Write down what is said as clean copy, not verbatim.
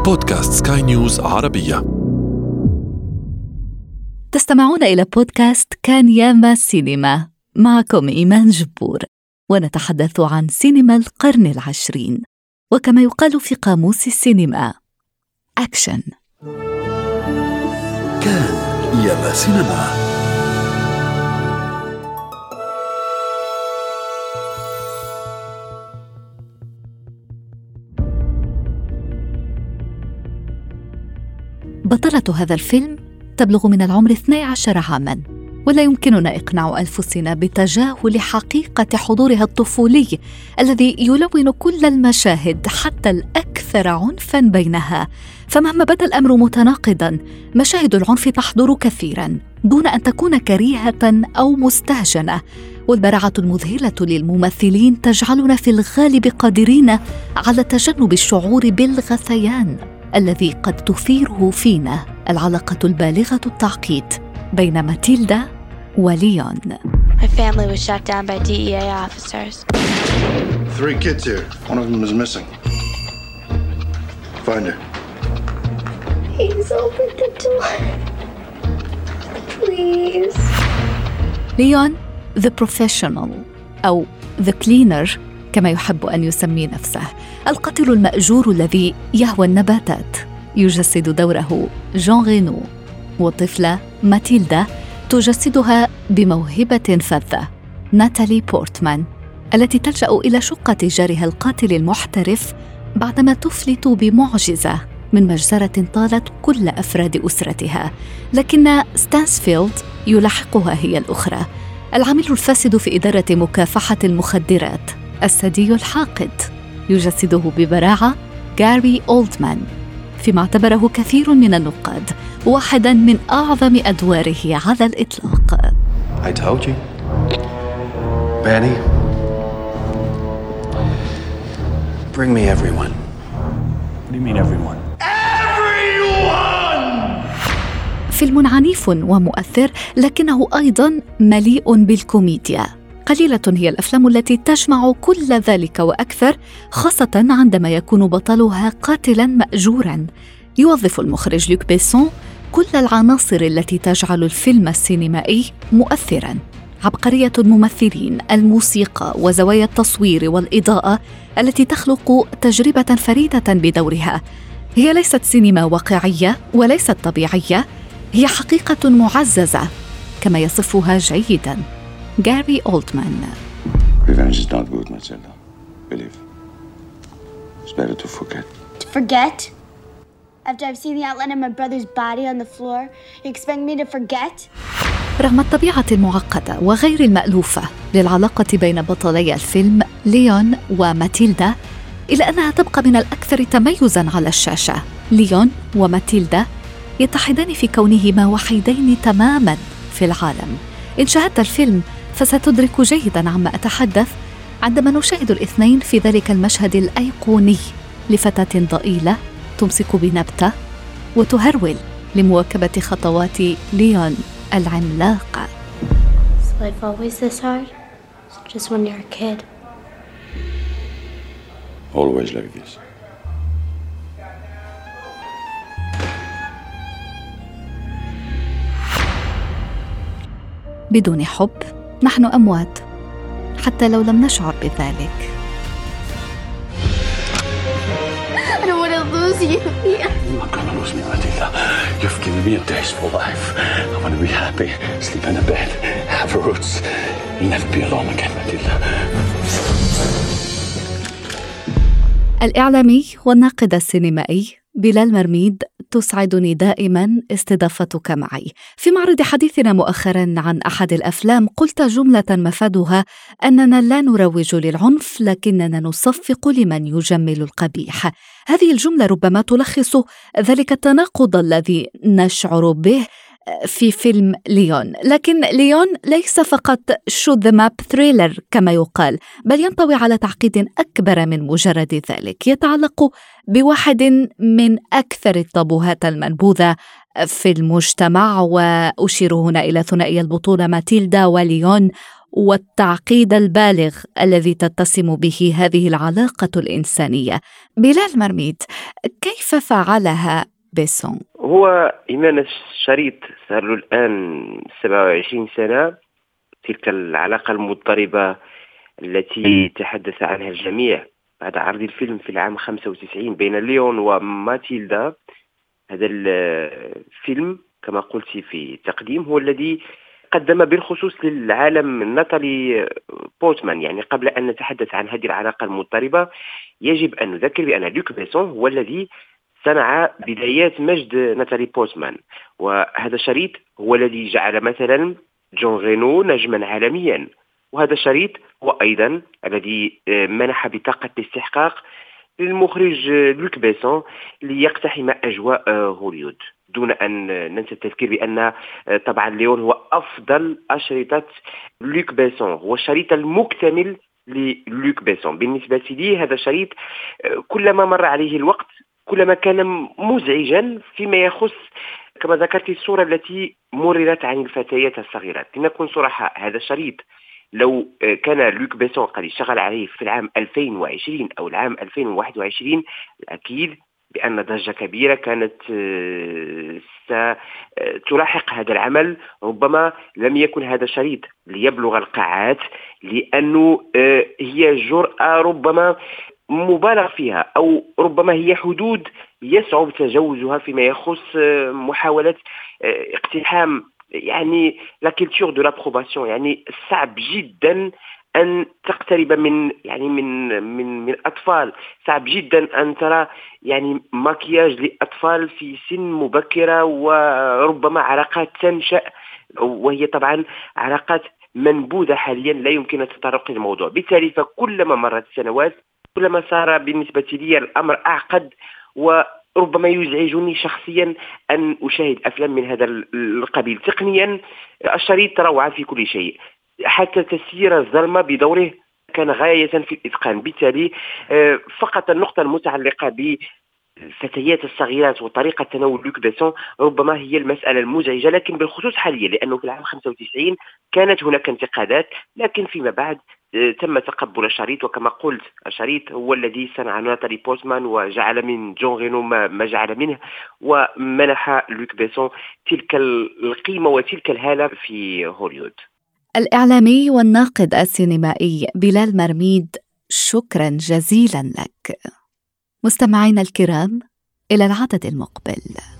بودكاست سكاي نيوز عربية. تستمعون إلى بودكاست كان ياما سينما، معكم إيمان جبور، ونتحدث عن سينما القرن العشرين، وكما يقال في قاموس السينما: أكشن. كان ياما سينما. بطلة هذا الفيلم تبلغ من العمر 12 عاماً، ولا يمكننا إقناع أنفسنا بتجاهل حقيقة حضورها الطفولي الذي يلون كل المشاهد حتى الأكثر عنفاً بينها. فمهما بدا الأمر متناقضاً، مشاهد العنف تحضر كثيراً دون أن تكون كريهة أو مستهجنة، والبراعة المذهلة للممثلين تجعلنا في الغالب قادرين على تجنب الشعور بالغثيان الذي قد تثيره فينا العلاقة البالغة التعقيد بين ماتيلدا وليون. My family was shot down by DEA officers. 3 kids here. One of them is missing. Find her. Please open the door. Please. ليون the professional أو the cleaner كما يحب أن يسمي نفسه، القاتل المأجور الذي يهوى النباتات، يجسد دوره جون رينو، والطفلة ماتيلدا تجسدها بموهبة فذة ناتالي بورتمان، التي تلجأ إلى شقة جارها القاتل المحترف بعدما تفلت بمعجزة من مجزرة طالت كل أفراد أسرتها، لكن ستانسفيلد يلاحقها هي الأخرى، العامل الفاسد في إدارة مكافحة المخدرات، الثدي الحاقد، يجسده ببراعة غاري أولدمان، فيما اعتبره كثير من النقاد واحداً من أعظم أدواره على الإطلاق. I told you. Benny. Bring me everyone. What do you mean everyone? فيلم عنيف ومؤثر، لكنه أيضاً مليء بالكوميديا. قليلة هي الأفلام التي تجمع كل ذلك وأكثر، خاصة عندما يكون بطلها قاتلاً مأجوراً. يوظف المخرج لوك بيسون كل العناصر التي تجعل الفيلم السينمائي مؤثراً: عبقرية الممثلين، الموسيقى، وزوايا التصوير والإضاءة التي تخلق تجربة فريدة بدورها. هي ليست سينما واقعية وليست طبيعية، هي حقيقة معززة كما يصفها جيداً غاري أولدمان. Revenge is not good, Matilda. Believe. It's better to forget. To forget? After I've seen the outline of my brother's body on the floor, you expect me to forget? رغم الطبيعة المعقدة وغير المألوفة للعلاقة بين بطلي الفيلم ليون وماتيلدا، إلا أنها تبقى من الأكثر تميزاً على الشاشة. ليون وماتيلدا يتحدان في كونهما وحيدين تماماً في العالم. إن شاهدت الفيلم فستدرك جيداً عما أتحدث عندما نشاهد الاثنين في ذلك المشهد الأيقوني لفتاة ضئيلة تمسك بنبتة وتهرول لمواكبة خطوات ليون العملاقة. Is life always this hard? Just when you're a kid? Always like this. بدون حب نحن أموات، حتى لو لم نشعر بذلك. I don't want to lose you. You're not gonna lose me, Matilda. You've given me a tasteful life. I want to be happy, sleep in a bed, have roots. You'll never be alone again, Matilda. الإعلامي والناقد السينمائي بلال مرميد، تسعدني دائما استضافتك معي. في معرض حديثنا مؤخرا عن أحد الأفلام قلت جملة مفادها أننا لا نروج للعنف لكننا نصفق لمن يجمل القبيح. هذه الجملة ربما تلخص ذلك التناقض الذي نشعر به في فيلم ليون. لكن ليون ليس فقط shoot them up thriller كما يقال، بل ينطوي على تعقيد أكبر من مجرد ذلك، يتعلق بواحد من أكثر الطابوهات المنبوذة في المجتمع، وأشير هنا إلى ثنائي البطولة ماتيلدا وليون، والتعقيد البالغ الذي تتسم به هذه العلاقة الإنسانية. بلال مرميد، كيف فعلها بيسون؟ هو إيمان الشريط صار له الآن 27 سنة. تلك العلاقة المضطربة التي تحدث عنها الجميع بعد عرض الفيلم في العام 95 بين ليون وماتيلدا. هذا الفيلم كما قلت في التقديم هو الذي قدم بالخصوص للعالم ناتالي بورتمان. يعني قبل أن نتحدث عن هذه العلاقة المضطربة يجب أن نذكر بأن لوك بيسون هو الذي صنع بدايات مجد ناتالي بورتمان، وهذا الشريط هو الذي جعل مثلا جون رينو نجما عالميا، وهذا الشريط هو أيضا الذي منح بطاقة الاستحقاق للمخرج لوك بيسون ليقتحم أجواء هوليوود. دون أن ننسى التذكير بأن طبعا ليون هو أفضل أشرطة لوك بيسون، هو الشريط المكتمل للوك بيسون. بالنسبة لي هذا الشريط كلما مر عليه الوقت كلما كان مزعجا فيما يخص كما ذكرت الصورة التي مررت عن الفتيات الصغيرات. لنكون صراحة، هذا الشريط لو كان لوك بيسون قد اشتغل عليه في العام 2020 أو العام 2021 أكيد بأن ضجة كبيرة كانت ستلاحق هذا العمل. ربما لم يكن هذا الشريط ليبلغ القاعات لأنه هي جرأة ربما مبالغ فيها، أو ربما هي حدود يصعب تجاوزها فيما يخص محاولة اقتحام يعني لا كولتور دو لابروباسيون. يعني صعب جدا أن تقترب من يعني من أطفال، صعب جدا أن ترى يعني مكياج لأطفال في سن مبكرة، وربما علاقات تنشأ وهي طبعا علاقات منبوذة حاليا لا يمكن التطرق للموضوع. بالتالي فكلما مرت السنوات كلما صار بالنسبة لي الأمر أعقد، وربما يزعجني شخصيا أن أشاهد أفلام من هذا القبيل. تقنيا الشريط روعة في كل شيء، حتى تسيير الظلمة بدوره كان غاية في الإتقان. بالتالي فقط النقطة المتعلقة بالفتيات الصغيرات وطريقة تناول لوك بيسون ربما هي المسألة المزعجة، لكن بالخصوص حاليا لأنه في العام 95 كانت هناك انتقادات، لكن فيما بعد تم تقبل الشريط. وكما قلت الشريط هو الذي صنع ناتالي بورتمان وجعل من جون رينو ما جعل منه، ومنح لوك بيسون تلك القيمة وتلك الهالة في هوليوود. الإعلامي والناقد السينمائي بلال مرميد، شكرا جزيلا لك. مستمعينا الكرام، إلى العدد المقبل.